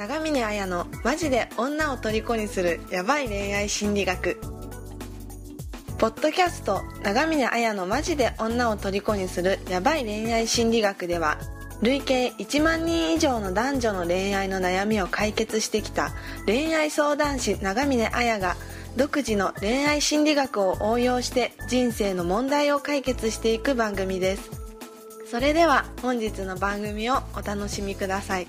長峰彩のマジで女を虜にするヤバい恋愛心理学。ポッドキャスト長峰彩のマジで女を虜にするヤバい恋愛心理学では、累計1万人以上の男女の恋愛の悩みを解決してきた恋愛相談師長峰彩が独自の恋愛心理学を応用して人生の問題を解決していく番組です。それでは本日の番組をお楽しみください。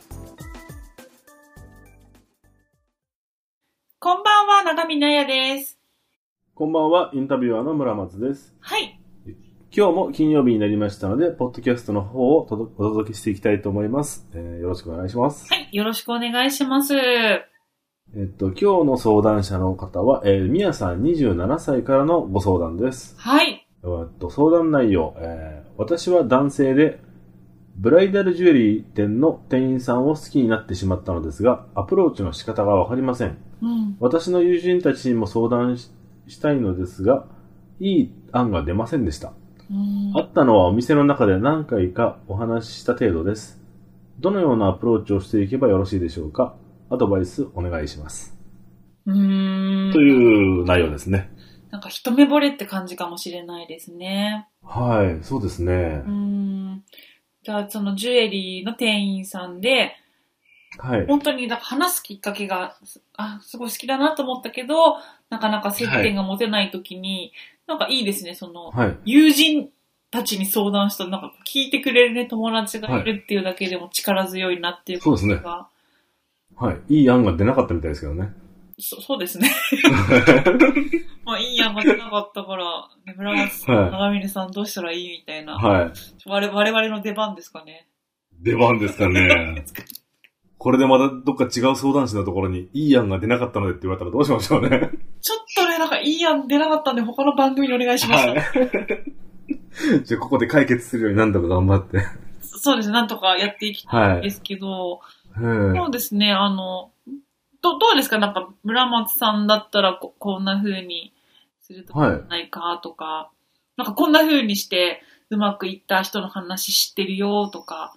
こんばんは、長峰彩です。 こんばんは、インタビュアーの村松です。 はい。 今日も金曜日になりましたので、ポッドキャストの方をお届けしていきたいと思います。よろしくお願いします。 はい、よろしくお願いします。 今日の相談者の方は、みやさん27歳からのご相談です。 はい。 相談内容、私は男性で、ブライダルジュエリー店の店員さんを好きになってしまったのですが、アプローチの仕方がわかりません。私の友人たちにも相談したいのですが、いい案が出ませんでした。あったのはお店の中で何回かお話しした程度です。どのようなアプローチをしていけばよろしいでしょうか？アドバイスお願いします。という内容ですね。 なんか一目惚れって感じかもしれないですね。 はい、そうですね。 じゃあそのジュエリーの店員さんで、はい、本当に話すきっかけがすごい好きだなと思ったけど、なかなか接点が持てないときに、なんかいいですね、その、友人たちに相談したら、なんか聞いてくれるね、友達がいるっていうだけでも力強いなっていうことが。 そうですね。はい。いい案が出なかったみたいですけどね。 そうですね。まあ、いい案が出なかったから、村松さん、長峰さんどうしたらいいみたいな。はい。我々の出番ですかね。 出番ですかね。これでまたどっか違う相談師のところにいい案が出なかったのでって言われたらどうしましょうね。 ちょっとね、なんかいい案出なかったんで他の番組にお願いします。はい、 じゃあここで解決するように何とか頑張って。 そうですね、なんとかやっていきたいんですけど、そうですね、どうですか？なんか村松さんだったらこんな風にするとかないかとか、なんかこんな風にしてうまくいった人の話知ってるよとか。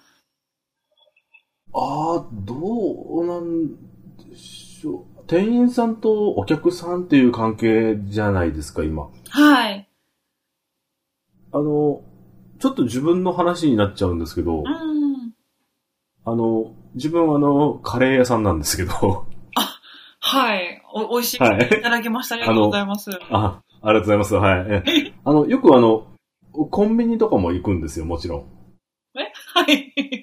どうなんでしょう。店員さんとお客さんっていう関係じゃないですか、今。 はい。 ちょっと自分の話になっちゃうんですけど、自分はカレー屋さんなんですけど。 はい。美味しいいただきました。ありがとうございます。 ありがとうございます。はい。よくコンビニとかも行くんですよ、もちろん。 はい。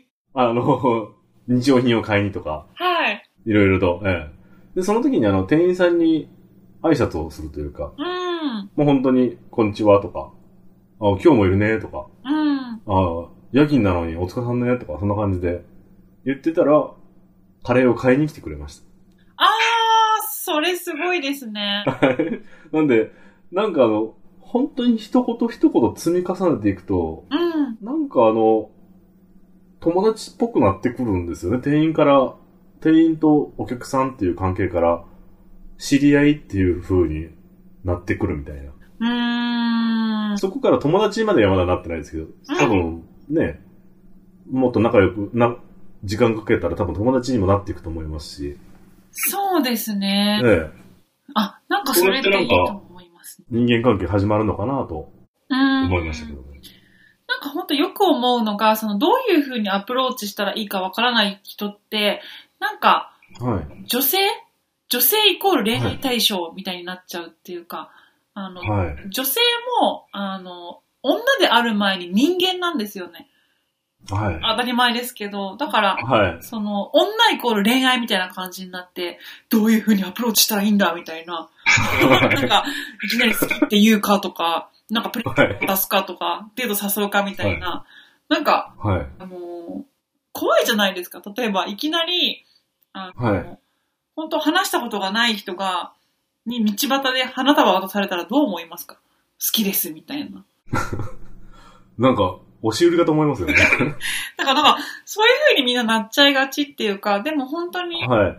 日用品を買いにとか。 はい。 いろいろと。で、その時に店員さんに挨拶をするというか。もう本当に、こんにちはとか。今日もいるねとか。夜勤なのにお疲れさんねとか、そんな感じで言ってたら、カレーを買いに来てくれました。 それすごいですね。 なんで、なんか本当に一言一言積み重ねていくと、なんか友達っぽくなってくるんですよね。店員とお客さんっていう関係から、知り合いっていう風になってくるみたいな。そこから友達まではまだなってないですけど、多分ね、もっと仲良く時間かけたら多分友達にもなっていくと思いますし。 そうですね。なんかそれっていいと思います、ね。 人間関係始まるのかなと思いましたけどね。 なんか本当よく思うのが、どういう風にアプローチしたらいいかわからない人って、なんか、女性イコール恋愛対象みたいになっちゃうっていうか、女性も、女である前に人間なんですよね。当たり前ですけど、だから、女イコール恋愛みたいな感じになって、どういう風にアプローチしたらいいんだみたいな。なんか、いきなり好きって言うかとか、なんかプレゼント出すかとか、デート誘うかみたいな。なんか、怖いじゃないですか。例えば、いきなり、本当話したことがない人に道端で花束渡されたらどう思いますか？好きですみたいな。 なんか、押し売りかと思いますよね。 だから、そういう風にみんななっちゃいがちっていうか、でも本当に、恋愛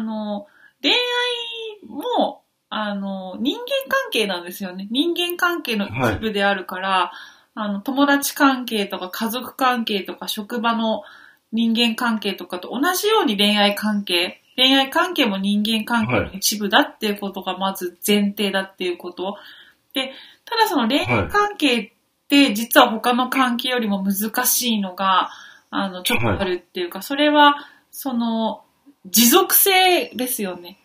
も、人間関係なんですよね。人間関係の一部であるから、友達関係とか家族関係とか職場の人間関係とかと同じように恋愛関係恋愛関係も人間関係の一部だっていうことがまず前提だっていうこと。で、ただその恋愛関係って実は他の関係よりも難しいのが、ちょっとあるっていうか、それは、その、持続性ですよね。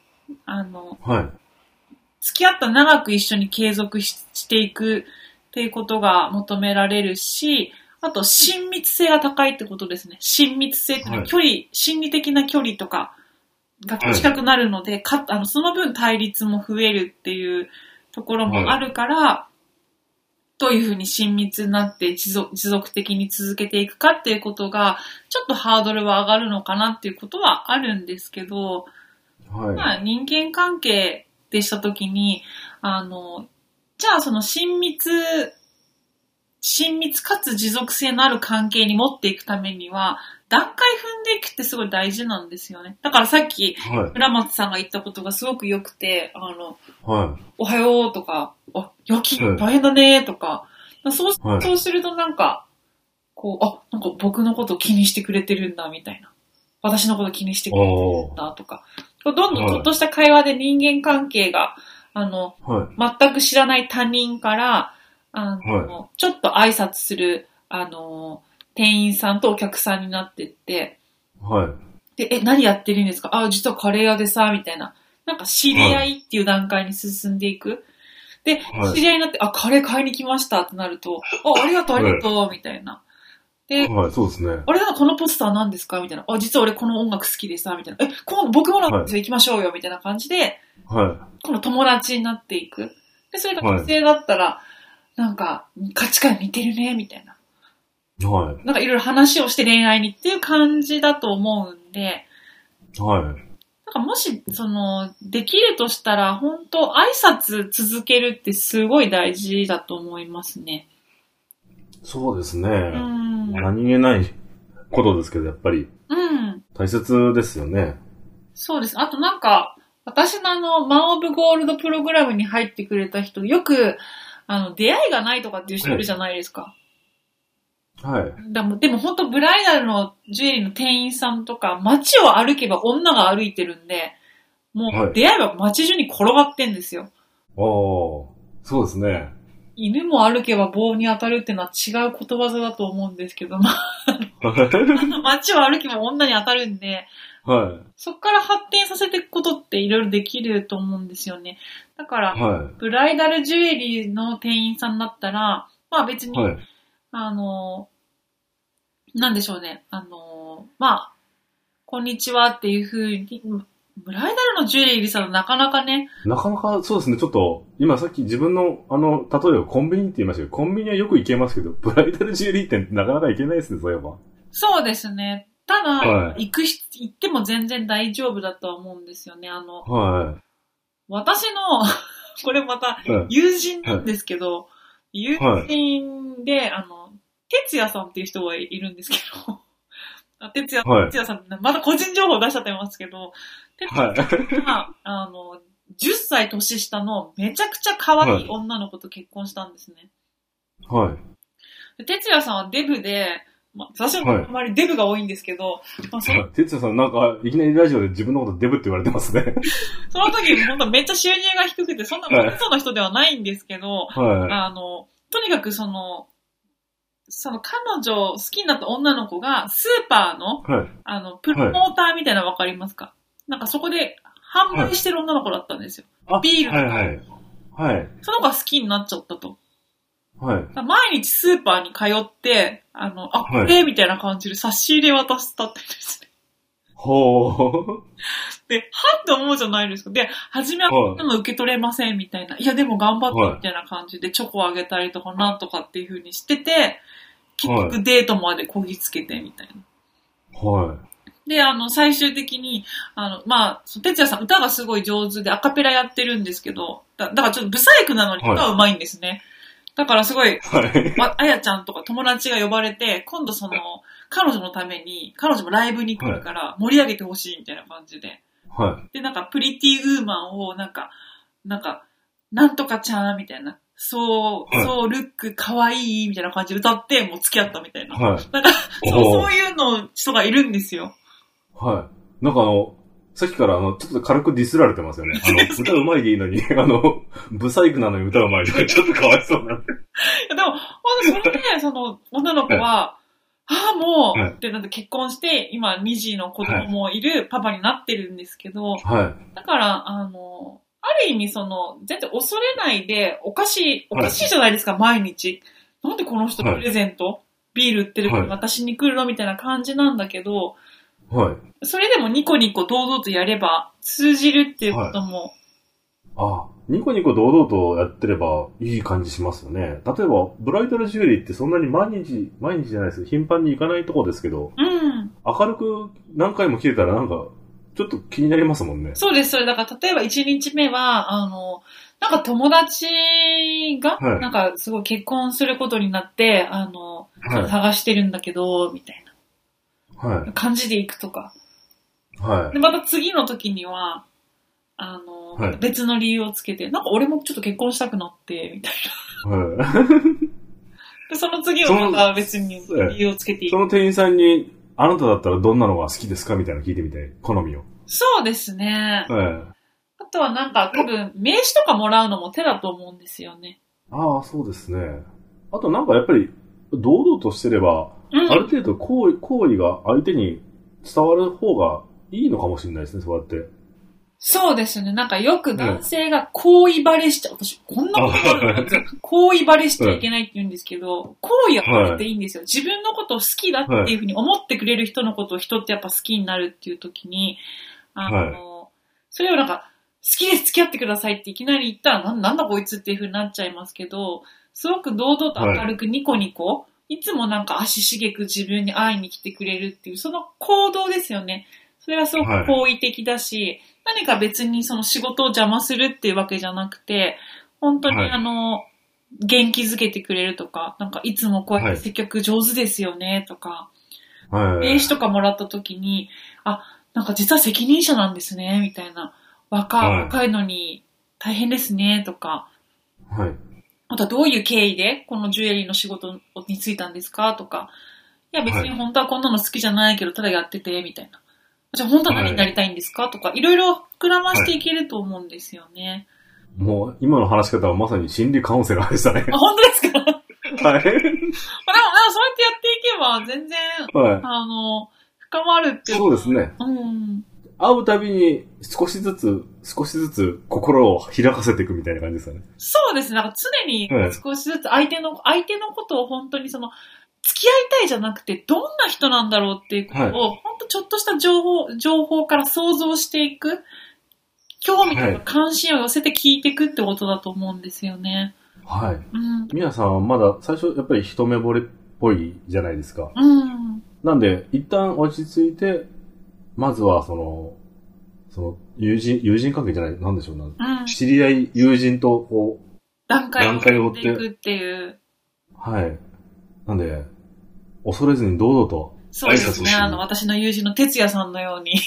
付き合った長く一緒に継続していくっていうことが求められるし、あと親密性が高いってことですね。親密性っていうのは距離、心理的な距離とかが近くなるので、その分対立も増えるっていうところもあるから、どういうふうに親密になって持続的に続けていくかっていうことが、ちょっとハードルは上がるのかなっていうことはあるんですけど、まあ人間関係でしたときに、じゃあその親密かつ持続性のある関係に持っていくためには、段階踏んでいくってすごい大事なんですよね。だからさっき、村松さんが言ったことがすごく良くて、おはようとか、夜勤大変だねとか、そうするとなんか、なんか僕のこと気にしてくれてるんだみたいな。私のこと気にしてくれてるんだとか。どんどんちょっとした会話で人間関係が、全く知らない他人から、ちょっと挨拶する、店員さんとお客さんになってって、で、何やってるんですか？実はカレー屋でさ、みたいな。なんか知り合いっていう段階に進んでいく。で、知り合いになって、カレー買いに来ましたってなると、ありがとう、みたいな。で、 そうですね。 このポスター何ですかみたいな。実は俺この音楽好きでさ、みたいな。僕もなんですよ、行きましょうよ、みたいな感じで、この友達になっていく。で、それが女性だったら、なんか、価値観似てるね、みたいな。なんかいろいろ話をして恋愛にっていう感じだと思うんで、なんかもし、できるとしたら、本当挨拶続けるってすごい大事だと思いますね。 そうですね。何気ないことですけど、やっぱり。大切ですよね。 そうです。あとなんか、私のマン・オブ・ゴールドプログラムに入ってくれた人、よく、出会いがないとかっていう人いるじゃないですか。でも本当ブライダルのジュエリーの店員さんとか、街を歩けば女が歩いてるんで、もう出会いは街中に転がってんですよ。 そうですね。 犬も歩けば棒に当たるっていうのは違うことわざだと思うんですけど、街を歩けば女に当たるんで、そこから発展させていくことっていろいろできると思うんですよね。だから、ブライダルジュエリーの店員さんだったら、まあ別に、なんでしょうね。こんにちはっていう風に、ブライダルのジュエリーさんなかなかね。 なかなかそうですね。ちょっと、今さっき自分の例えばコンビニって言いましたけど、コンビニはよく行けますけど、ブライダルジュエリーってなかなか行けないですね、そういえば。 そうですね。ただ、行っても全然大丈夫だとは思うんですよね。私の、これまた友人なんですけど、友人で、哲也さんっていう人がいるんですけど、哲也さんってまだ個人情報出しちゃってますけど、哲也さんが、10歳年下のめちゃくちゃ可愛い女の子と結婚したんですね。哲也さんはデブで、私はあまりデブが多いんですけど、 哲也さんなんか、いきなりラジオで自分のことデブって言われてますね。 その時、本当めっちゃ収入が低くて、そんなモテそうな人ではないんですけど、とにかく彼女好きになった女の子が、スーパーの、プロモーターみたいなのわかりますか？なんかそこで販売してる女の子だったんですよ。ビールとか。その子が好きになっちゃったと。毎日スーパーに通って、これみたいな感じで差し入れ渡したってですね。で、って思うじゃないですか。で、初めはこんなの受け取れませんみたいな。いや、でも頑張ってみたいな感じでチョコあげたりとかなんとかっていう風にしてて、結局デートまでこぎつけてみたいな。で、最終的に、哲也さん歌がすごい上手でアカペラやってるんですけど、だからちょっとブサイクなのに歌うまいんですね。だからすごい、あやちゃんとか友達が呼ばれて、今度彼女のために、彼女もライブに来るから盛り上げてほしいみたいな感じで。で、なんかプリティウーマンをなんとかちゃんみたいな、そうルックかわいいみたいな感じで歌って、もう付き合ったみたいな。なんか、そういうの人がいるんですよ。 なんかさっきからちょっと軽くディスられてますよね。歌うまいでいいのに、ブサイクなのに歌うまいで、ちょっとかわいそうなんで。 でも、ほんとそれで、その、女の子は、もう、ってなんて結婚して、今2児の子供もいるパパになってるんですけど、だから、ある意味その、全然恐れないで、おかしいじゃないですか、毎日。なんでこの人プレゼント、ビール売ってるから私に来るのみたいな感じなんだけど、それでもニコニコ堂々とやれば通じるっていうことも。 ニコニコ堂々とやってればいい感じしますよね。例えば、ブライダルジュエリーってそんなに毎日じゃないです。頻繁に行かないとこですけど、明るく何回も着れたらなんか、ちょっと気になりますもんね。 そうです、それ。だから例えば1日目は、なんか友達が、なんかすごい結婚することになって、探してるんだけど、みたいな感じで行くとか。で、また次の時には、別の理由をつけて、なんか俺もちょっと結婚したくなって、みたいな。で、その次はまた別に理由をつけていく。 その店員さんに、あなただったらどんなのが好きですかみたいなの聞いてみたい。好みを。 そうですね。あとはなんか多分名刺とかもらうのも手だと思うんですよね。 そうですね。あとなんかやっぱり堂々としてれば、ある程度行為が相手に伝わる方がいいのかもしれないですね、そうやって。 そうですね。なんかよく男性が行為バレしちゃう。私、こんなことあるの行為バレしちゃいけないって言うんですけど、行為はバレていいんですよ。自分のことを好きだっていうふうに思ってくれる人のことを人ってやっぱ好きになるっていう時に、それをなんか、好きです、付き合ってくださいっていきなり言ったら、なんだこいつっていう風になっちゃいますけど、すごく堂々と明るくニコニコ、いつもなんか足しげく自分に会いに来てくれるっていう、その行動ですよね。それはすごく好意的だし、何か別にその仕事を邪魔するっていうわけじゃなくて、本当に元気づけてくれるとか、なんかいつもこうやって接客上手ですよねとか、名刺とかもらった時に、なんか実は責任者なんですね、みたいな。若いのに大変ですね、とか。あとはどういう経緯でこのジュエリーの仕事に就いたんですかとか。いや別に本当はこんなの好きじゃないけど、ただやってて、みたいな。じゃあ本当は何になりたいんですかとか、いろいろ膨らましていけると思うんですよね。 もう今の話し方はまさに心理カウンセラーでしたね。 本当ですかでもそうやってやっていけば全然、深まるっていう。 そうですね。会うたびに少しずつ心を開かせていくみたいな感じですかね。 そうですね。なんか常に少しずつ相手のことを本当にその、付き合いたいじゃなくて、どんな人なんだろうっていうことを、本当ちょっとした情報から想像していく。興味とか関心を寄せて聞いていくってことだと思うんですよね。 みやさんはまだ最初やっぱり一目惚れっぽいじゃないですか。なんで、一旦落ち着いて、まずはその友人関係じゃない、なんでしょうな。知り合い、友人とこう、 段階を追っていくっていう。 なんで、恐れずに堂々と挨拶をしに。 そうですね。私の友人の哲也さんのように、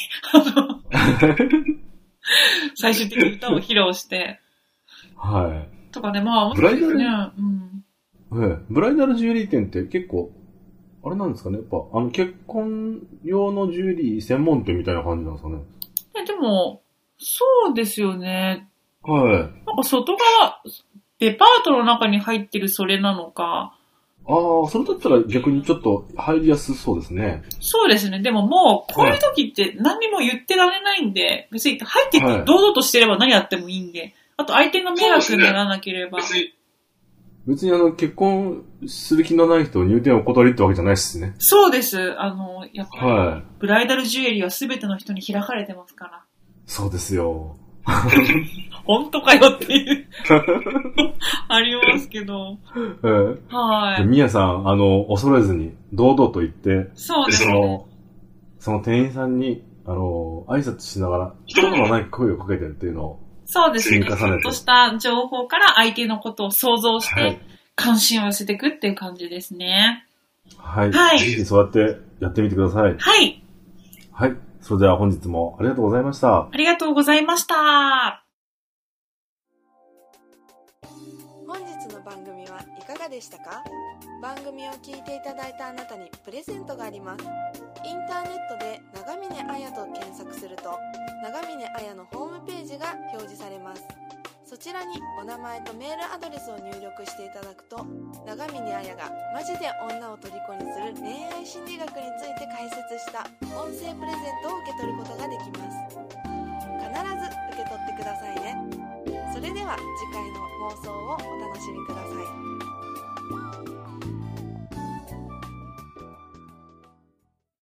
最終的に歌を披露して。とかね、 ブライダル、ブライダルジュエリー店って結構、あれなんですかね、やっぱ、結婚用のジュエリー専門店みたいな感じなんですかね。 でも、そうですよね。なんか外側、デパートの中に入ってるそれなのか。 それだったら逆にちょっと入りやすそうですね。 そうですね。でももう、こういう時って何にも言ってられないんで、別に入ってって堂々としてれば何やってもいいんで、あと相手が迷惑にならなければ。 別に結婚する気のない人を入店をお断りってわけじゃないですね。 そうです。やっぱり、ブライダルジュエリーは全ての人に開かれてますから。 そうですよ。 本当かよっていうありますけど。 みやさん、恐れずに堂々と言って、 そうですね。 その店員さんに、挨拶しながら、一言のない声をかけてるっていうのを、 そうですね。ちょっとした情報から相手のことを想像して、関心を寄せていくっていう感じですね。 ぜひそうやってやってみてください。それでは本日もありがとうございました。 ありがとうございました。 本日の番組はいかがでしたか？番組を聞いていただいたあなたにプレゼントがあります。インターネットで長峰彩と検索するとと長峰彩のホームページが表示されます。そちらにお名前とメールアドレスを入力していただくと、長峰彩がマジで女を虜にする恋愛心理学について解説した音声プレゼントを受け取ることができます。必ず受け取ってくださいね。それでは次回の放送をお楽しみください。